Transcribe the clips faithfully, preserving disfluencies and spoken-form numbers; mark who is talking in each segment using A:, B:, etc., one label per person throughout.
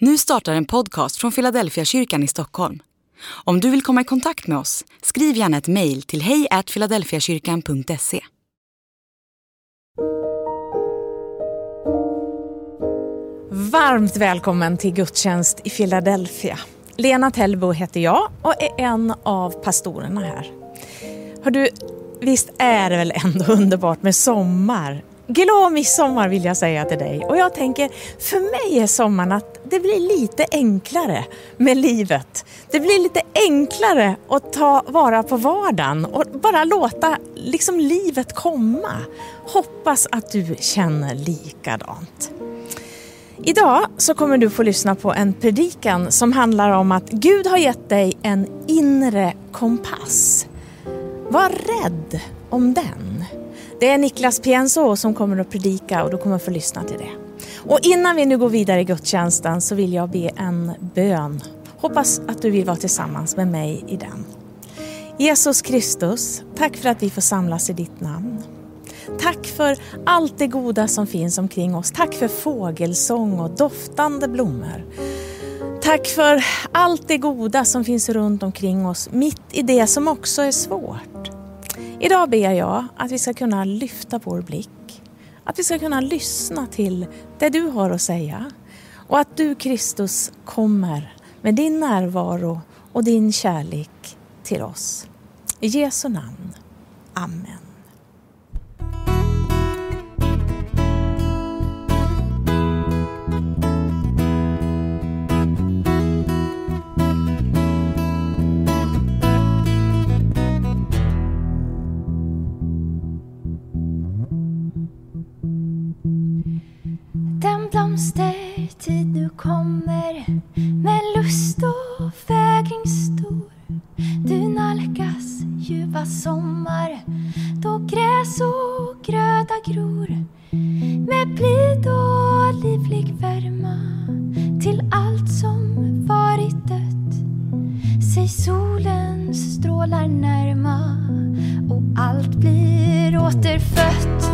A: Nu startar en podcast från Philadelphia kyrkan i Stockholm. Om du vill komma i kontakt med oss, skriv gärna ett mejl till hej at philadelphiakyrkan punkt se.
B: Varmt välkommen till gudstjänst i Philadelphia. Lena Tellbo heter jag och är en av pastorerna här. Hör du, visst är det väl ändå underbart med sommar? Glad midsommar vill jag säga till dig. Och jag tänker, för mig är sommaren att det blir lite enklare med livet. Det blir lite enklare att ta vara på vardagen och bara låta liksom livet komma. Hoppas att du känner likadant. Idag så kommer du få lyssna på en predikan som handlar om att Gud har gett dig en inre kompass. Var rädd om den. Det är Niklas Pienso som kommer att predika och du kommer att få lyssna till det. Och innan vi nu går vidare i gudstjänsten så vill jag be en bön. Hoppas att du vill vara tillsammans med mig i den. Jesus Kristus, tack för att vi får samlas i ditt namn. Tack för allt det goda som finns omkring oss. Tack för fågelsång och doftande blommor. Tack för allt det goda som finns runt omkring oss, mitt i det som också är svårt. Idag ber jag att vi ska kunna lyfta vår blick. Att vi ska kunna lyssna till det du har att säga. Och att du, Kristus, kommer med din närvaro och din kärlek till oss. I Jesu namn. Amen.
C: Blomstertid nu kommer med lust och fägring stor. Du nalkas ljuva sommar då gräs och gröda gror. Med blid och livlig värma till allt som varit dött. Sig solens strålar närma och allt blir återfött.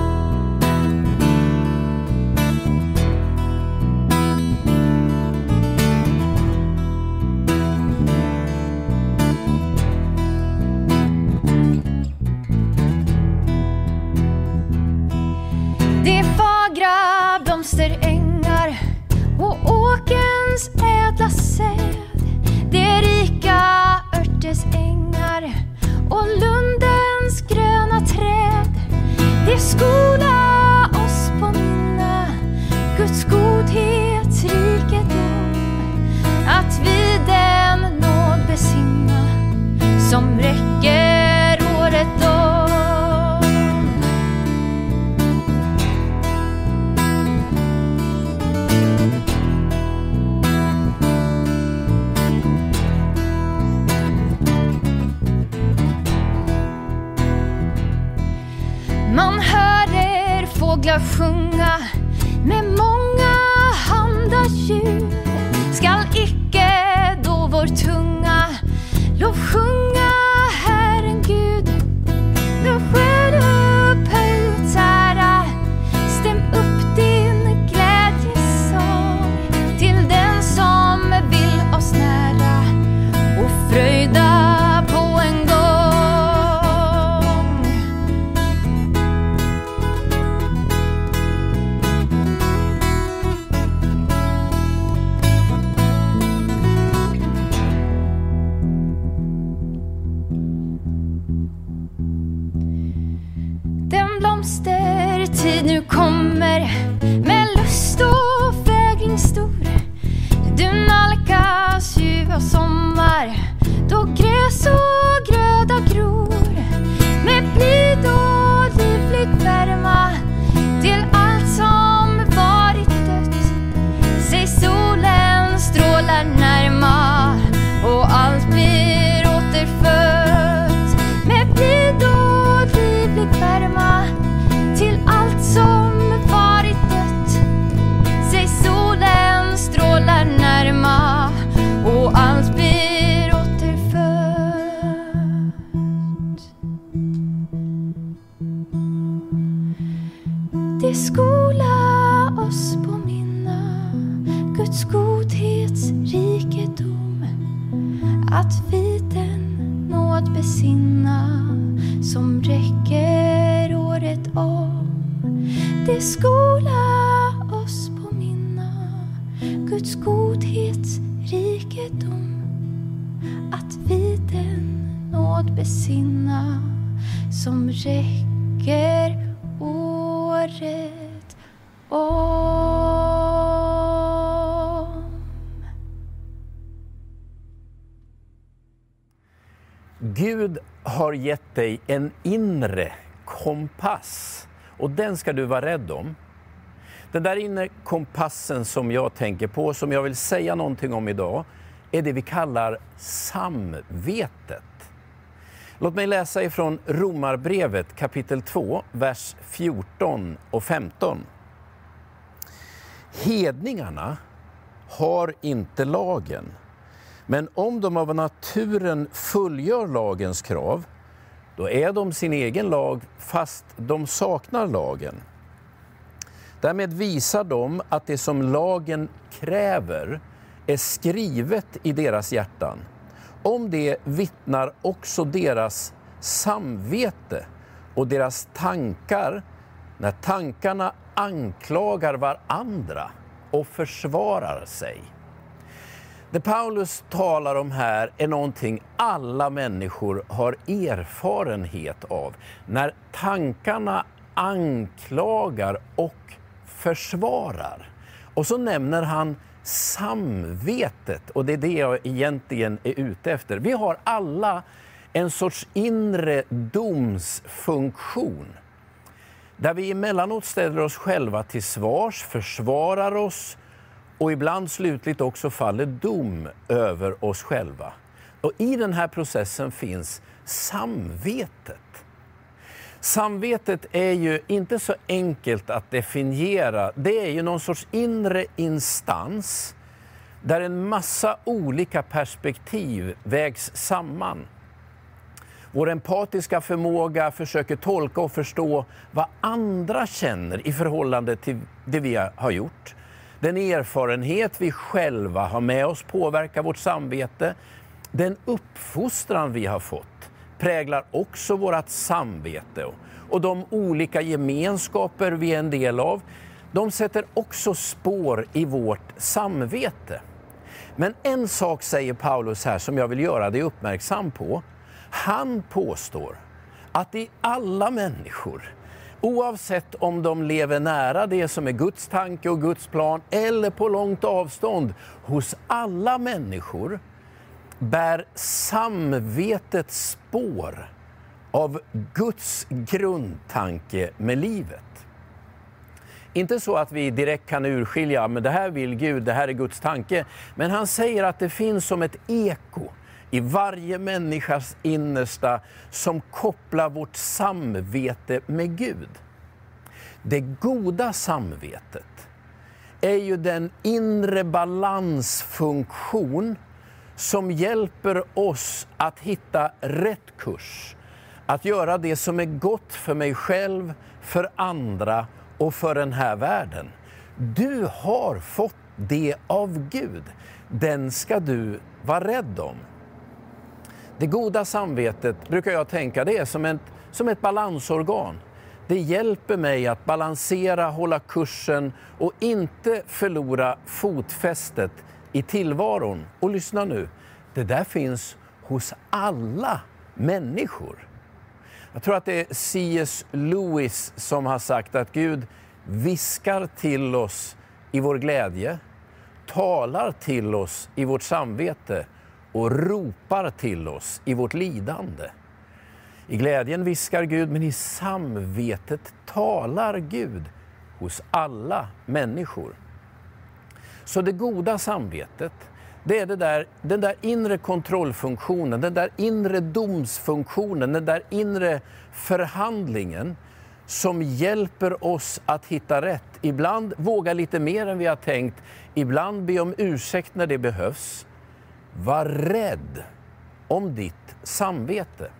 C: Blomsterängar och åkens ädla säd. Det är rika örtesängar och lundens gröna träd. Det skola oss påminna Guds godhets rikedom. Att vi den nåd besinna som räcker året om. Man hör fåglar sjunga med många handaljud. Skall icke då vår tunga lovsjunga Herren Gud. Nu skär upp höjts ära, stäm upp din glädjesång till den som vill oss nära och fröjda på en gång. Blomstertid nu kommer med lust och fägring stor. Du nalkas ljuva sommar då gräs och gröda gror. Med blid och livlig värma till allt som varit dött. Sig solen strålar närma och allt blir återfött. Med blid och livlig värma till allt som varit dött. Sig solen strålar närma och allt blir återfött. godhets rikedom, att vid den nåd besinna som räcker året om. Det skola oss påminna Guds godhets rikedom, att vid den nåd besinna som räcker året om.
D: Gud har gett dig en inre kompass och den ska du vara rädd om. Den där inre kompassen som jag tänker på, som jag vill säga någonting om idag, är det vi kallar samvetet. Låt mig läsa ifrån Romarbrevet kapitel två, vers fjorton och femton. Hedningarna har inte lagen, men om de av naturen fullgör lagens krav, då är de sin egen lag fast de saknar lagen. Därmed visar de att det som lagen kräver är skrivet i deras hjärtan. Om det vittnar också deras samvete och deras tankar, när tankarna anklagar varandra och försvarar sig. Det Paulus talar om här är någonting alla människor har erfarenhet av. När tankarna anklagar och försvarar. Och så nämner han samvetet, och det är det jag egentligen är ute efter. Vi har alla en sorts inre domsfunktion. Där vi emellanåt ställer oss själva till svars, försvarar oss och ibland slutligt också faller dom över oss själva. Och i den här processen finns samvetet. Samvetet är ju inte så enkelt att definiera. Det är ju någon sorts inre instans där en massa olika perspektiv vägs samman. Vår empatiska förmåga försöker tolka och förstå vad andra känner i förhållande till det vi har gjort. Den erfarenhet vi själva har med oss påverkar vårt samvete. Den uppfostran vi har fått präglar också vårt samvete. Och de olika gemenskaper vi är en del av, de sätter också spår i vårt samvete. Men en sak säger Paulus här som jag vill göra dig uppmärksam på. Han påstår att i alla människor, oavsett om de lever nära det som är Guds tanke och Guds plan eller på långt avstånd, hos alla människor bär samvetet spår av Guds grundtanke med livet. Inte så att vi direkt kan urskilja, men det här vill Gud, det här är Guds tanke. Men han säger att det finns som ett eko i varje människas innersta som kopplar vårt samvete med Gud. Det goda samvetet är ju den inre balansfunktion som hjälper oss att hitta rätt kurs. Att göra det som är gott för mig själv, för andra och för den här världen. Du har fått det av Gud. Den ska du vara rädd om. Det goda samvetet brukar jag tänka, det är som ett, som ett balansorgan. Det hjälper mig att balansera, hålla kursen och inte förlora fotfästet i tillvaron. Och lyssna nu, det där finns hos alla människor. Jag tror att det är C S Lewis som har sagt att Gud viskar till oss i vår glädje, talar till oss i vårt samvete och ropar till oss i vårt lidande. I glädjen viskar Gud, men i samvetet talar Gud hos alla människor. Så det goda samvetet, det är det där, den där inre kontrollfunktionen, den där inre domsfunktionen, den där inre förhandlingen som hjälper oss att hitta rätt. Ibland våga lite mer än vi har tänkt, ibland be om ursäkt när det behövs. Var rädd om ditt samvete.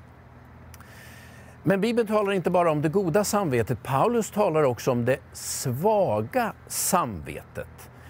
D: Men Bibeln talar inte bara om det goda samvetet. Paulus talar också om det svaga samvetet.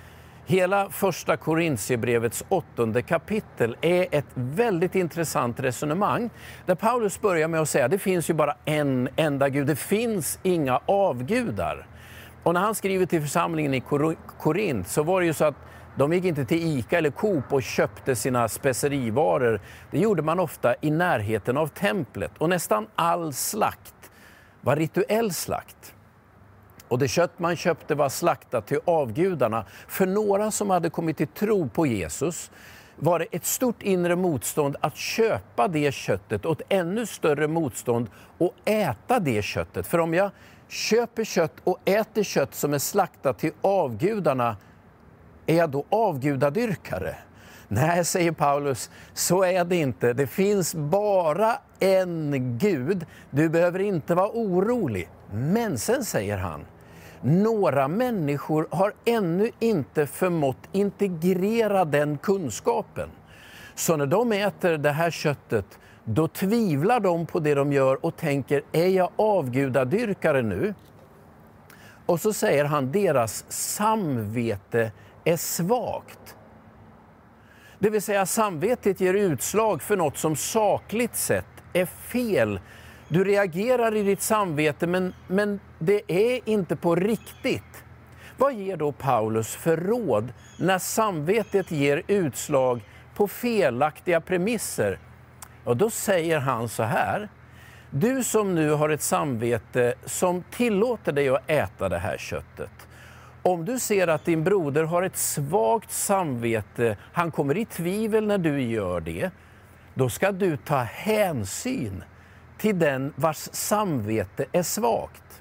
D: Hela första Korintierbrevets åttonde kapitel är ett väldigt intressant resonemang där Paulus börjar med att säga att det finns ju bara en enda Gud, det finns inga avgudar. Och när han skriver till församlingen i Korint så var det ju så att de gick inte till Ica eller Coop och köpte sina specerivaror. Det gjorde man ofta i närheten av templet. Och nästan all slakt var rituell slakt. Och det kött man köpte var slaktat till avgudarna. För några som hade kommit till tro på Jesus var det ett stort inre motstånd att köpa det köttet och ett ännu större motstånd att äta det köttet. För om jag köper kött och äter kött som är slaktat till avgudarna, är jag då avgudadyrkare? Nej, säger Paulus, så är det inte. Det finns bara en Gud. Du behöver inte vara orolig. Men sen säger han, några människor har ännu inte förmått integrera den kunskapen. Så när de äter det här köttet, då tvivlar de på det de gör och tänker, är jag avgudadyrkare nu? Och så säger han, deras samvete är svagt. Det vill säga, samvetet ger utslag för något som sakligt sett är fel. Du reagerar i ditt samvete, men, men det är inte på riktigt. Vad ger då Paulus för råd när samvetet ger utslag på felaktiga premisser? Och då säger han så här, du som nu har ett samvete som tillåter dig att äta det här köttet. Om du ser att din broder har ett svagt samvete, han kommer i tvivel när du gör det, då ska du ta hänsyn till den vars samvete är svagt.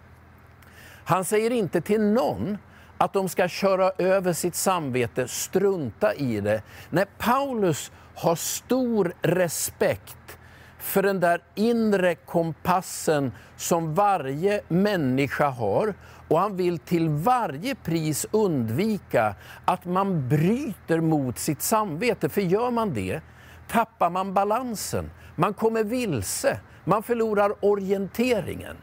D: Han säger inte till någon att de ska köra över sitt samvete, strunta i det. Nej, Paulus har stor respekt för den där inre kompassen som varje människa har. Och han vill till varje pris undvika att man bryter mot sitt samvete. För gör man det, tappar man balansen. Man kommer vilse. Man förlorar orienteringen.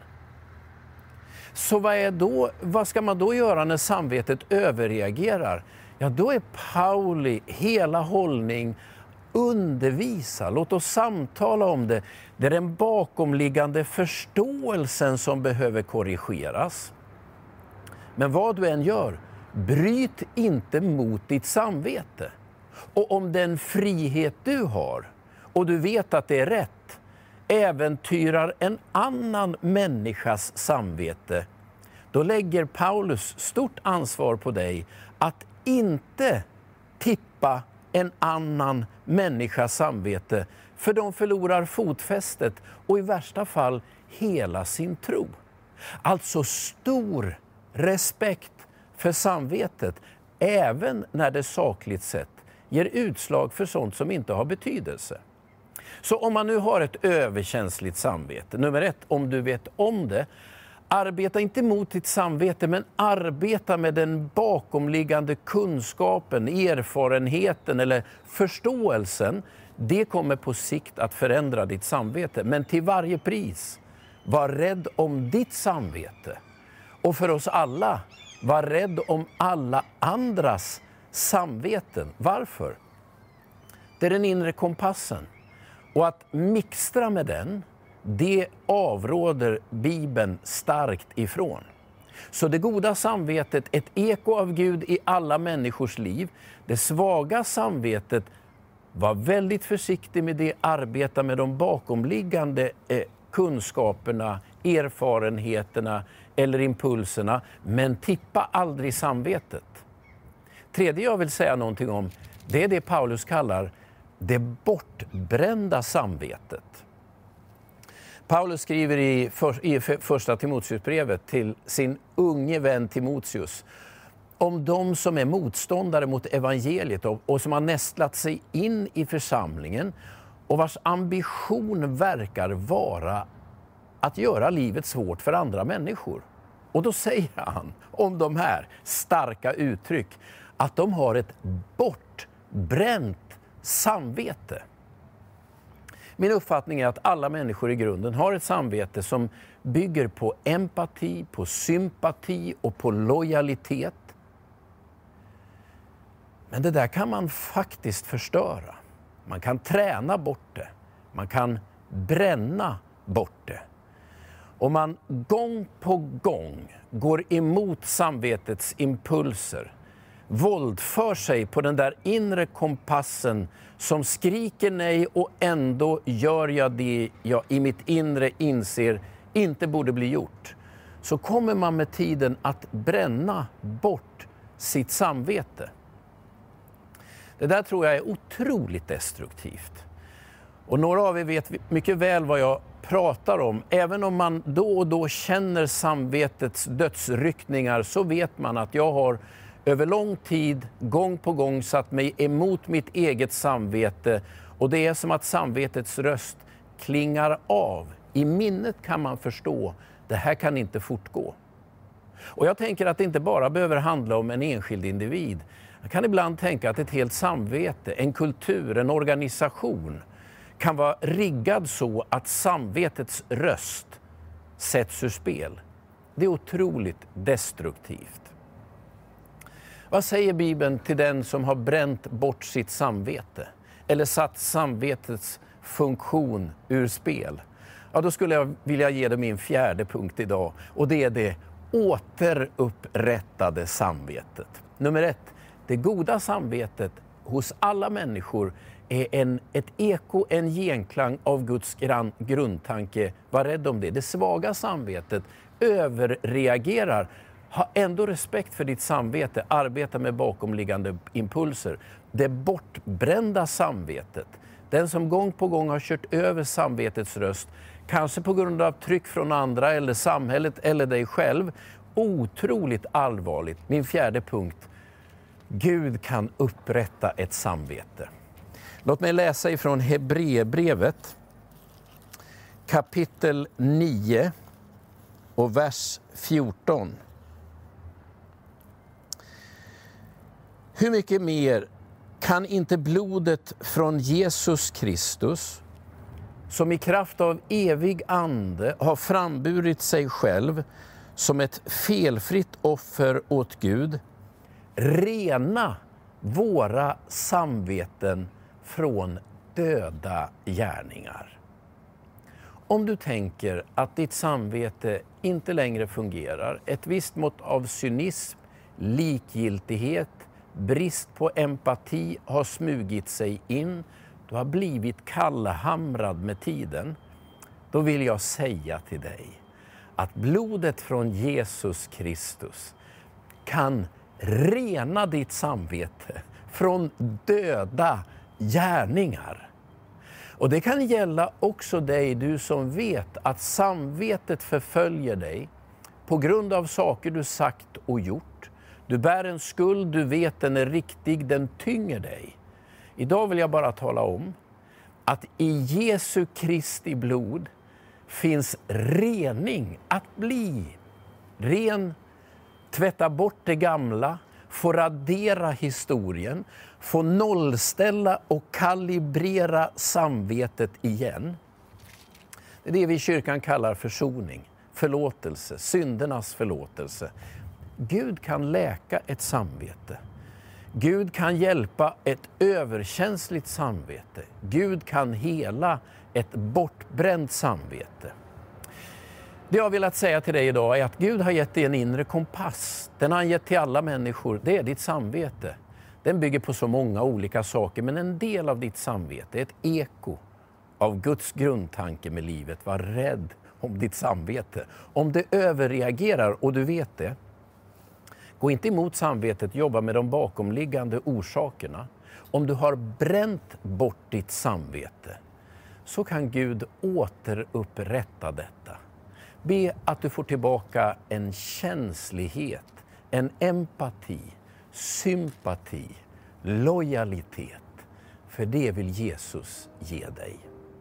D: Så vad, är då, vad ska man då göra när samvetet överreagerar? Ja, då är Pauli hela hållning undervisa. Låt oss samtala om det. Det är den bakomliggande förståelsen som behöver korrigeras. Men vad du än gör, bryt inte mot ditt samvete. Och om den frihet du har, och du vet att det är rätt, äventyrar en annan människas samvete, då lägger Paulus stort ansvar på dig att inte tippa en annan människas samvete, för de förlorar fotfästet och i värsta fall hela sin tro. Alltså stor respekt för samvetet, även när det sakligt sett ger utslag för sånt som inte har betydelse. Så om man nu har ett överkänsligt samvete, nummer ett, om du vet om det, arbeta inte mot ditt samvete, men arbeta med den bakomliggande kunskapen, erfarenheten eller förståelsen. Det kommer på sikt att förändra ditt samvete. Men till varje pris, var rädd om ditt samvete. Och för oss alla, var rädd om alla andras samveten. Varför? Det är den inre kompassen. Och att mixtra med den, det avråder Bibeln starkt ifrån. Så det goda samvetet, ett eko av Gud i alla människors liv. Det svaga samvetet, var väldigt försiktig med det, arbeta med de bakomliggande eh, kunskaperna, erfarenheterna eller impulserna, men tippa aldrig samvetet. Tredje jag vill säga någonting om, det är det Paulus kallar det bortbrända samvetet. Paulus skriver i, för, i första Timoteusbrevet till sin unge vän Timoteus om de som är motståndare mot evangeliet och, och som har nästlat sig in i församlingen och vars ambition verkar vara att göra livet svårt för andra människor. Och då säger han om de här starka uttryck att de har ett bortbränt samvete. Min uppfattning är att alla människor i grunden har ett samvete som bygger på empati, på sympati och på lojalitet. Men det där kan man faktiskt förstöra. Man kan träna bort det. Man kan bränna bort det. Om man gång på gång går emot samvetets impulser, våldför sig på den där inre kompassen som skriker nej och ändå gör jag det jag i mitt inre inser inte borde bli gjort, så kommer man med tiden att bränna bort sitt samvete. Det där tror jag är otroligt destruktivt. Och några av er vet mycket väl vad jag pratar om. Även om man då och då känner samvetets dödsryckningar, så vet man att jag har över lång tid, gång på gång, satt mig emot mitt eget samvete. Och det är som att samvetets röst klingar av. I minnet kan man förstå, det här kan inte fortgå. Och jag tänker att det inte bara behöver handla om en enskild individ. Jag kan ibland tänka att ett helt samvete, en kultur, en organisation kan vara riggad så att samvetets röst sätts ur spel. Det är otroligt destruktivt. Vad säger Bibeln till den som har bränt bort sitt samvete eller satt samvetets funktion ur spel? Ja, då skulle jag vilja ge dig min fjärde punkt idag, och det är det återupprättade samvetet. Nummer ett, det goda samvetet hos alla människor är en, ett eko, en genklang av Guds gran, grundtanke. Var rädd om det. Det svaga samvetet överreagerar. Ha ändå respekt för ditt samvete. Arbeta med bakomliggande impulser. Det bortbrända samvetet, den som gång på gång har kört över samvetets röst, kanske på grund av tryck från andra eller samhället eller dig själv, otroligt allvarligt. Min fjärde punkt. Gud kan upprätta ett samvete. Låt mig läsa ifrån Hebreerbrevet kapitel nio och vers fjorton. Hur mycket mer kan inte blodet från Jesus Kristus, som i kraft av evig ande har framburit sig själv som ett felfritt offer åt Gud, rena våra samveten från döda gärningar? Om du tänker att ditt samvete inte längre fungerar, ett visst mått av cynism, likgiltighet, brist på empati har smugit sig in, du har blivit kallhamrad med tiden, då vill jag säga till dig att blodet från Jesus Kristus kan rena ditt samvete från döda gärningar. Och det kan gälla också dig, du som vet att samvetet förföljer dig på grund av saker du sagt och gjort. Du bär en skuld, du vet den är riktig, den tynger dig. Idag vill jag bara tala om att i Jesu Kristi blod finns rening, att bli ren, tvätta bort det gamla, få radera historien, få nollställa och kalibrera samvetet igen. Det är det vi i kyrkan kallar försoning, förlåtelse, syndernas förlåtelse. Gud kan läka ett samvete. Gud kan hjälpa ett överkänsligt samvete. Gud kan hela ett bortbränt samvete. Det jag har velat säga till dig idag är att Gud har gett dig en inre kompass. Den har han gett till alla människor. Det är ditt samvete. Den bygger på så många olika saker, men en del av ditt samvete är ett eko av Guds grundtanke med livet. Var rädd om ditt samvete. Om det överreagerar, och du vet det, gå inte emot samvetet, jobba med de bakomliggande orsakerna. Om du har bränt bort ditt samvete, så kan Gud återupprätta detta. Be att du får tillbaka en känslighet, en empati, sympati, lojalitet. För det vill Jesus ge dig.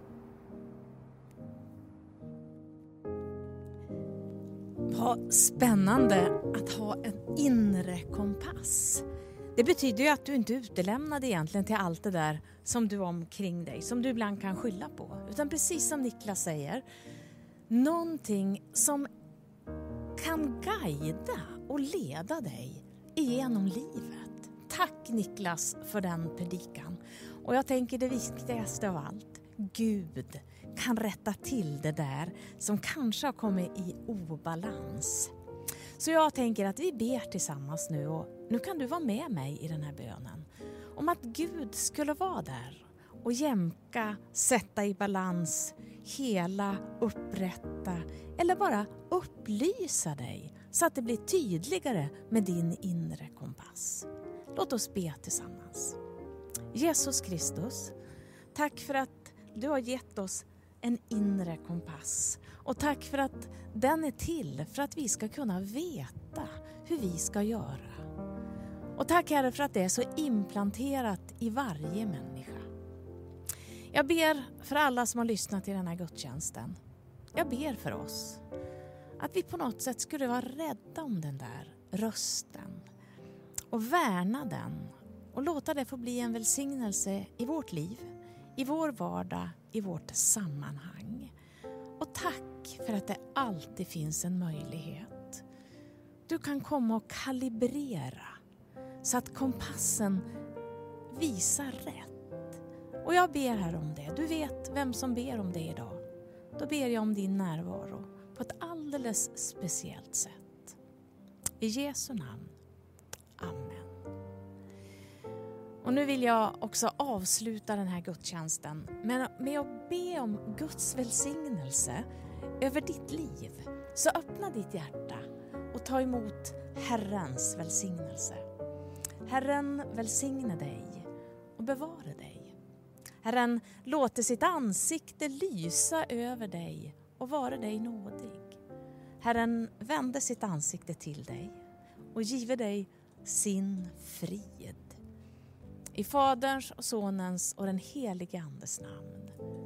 B: Vad spännande att ha en inre kompass. Det betyder ju att du inte är utelämnad egentligen till allt det där som du har omkring dig, som du ibland kan skylla på. Utan precis som Niklas säger, någonting som kan guida och leda dig igenom livet. tack Niklas för den predikan. Och jag tänker det viktigaste av allt. Gud kan rätta till det där som kanske har kommit i obalans. Så jag tänker att vi ber tillsammans nu, och nu kan du vara med mig i den här bönen. Om att Gud skulle vara där och jämka, sätta i balans, hela, upprätta eller bara upplysa dig så att det blir tydligare med din inre kompass. Låt oss be tillsammans. Jesus Kristus, tack för att du har gett oss en inre kompass. Och tack för att den är till för att vi ska kunna veta hur vi ska göra. Och tack Herre för att det är så implanterat i varje människa. Jag ber för alla som har lyssnat till den här gudstjänsten. Jag ber för oss att vi på något sätt skulle vara rädda om den där rösten. Och värna den. Och låta det få bli en välsignelse i vårt liv, i vår vardag, i vårt sammanhang. Och tack för att det alltid finns en möjlighet. Du kan komma och kalibrera så att kompassen visar rätt. Och jag ber här om det. Du vet vem som ber om det idag. Då ber jag om din närvaro på ett alldeles speciellt sätt. I Jesu namn. Amen. Och nu vill jag också avsluta den här gudstjänsten med, med att be om Guds välsignelse över ditt liv. Så öppna ditt hjärta och ta emot Herrens välsignelse. Herren välsigne dig och bevara dig. Herren låter sitt ansikte lysa över dig och vara dig nådig. Herren vände sitt ansikte till dig och give dig sin frid. I Faderns och Sonens och den helige Andes namn.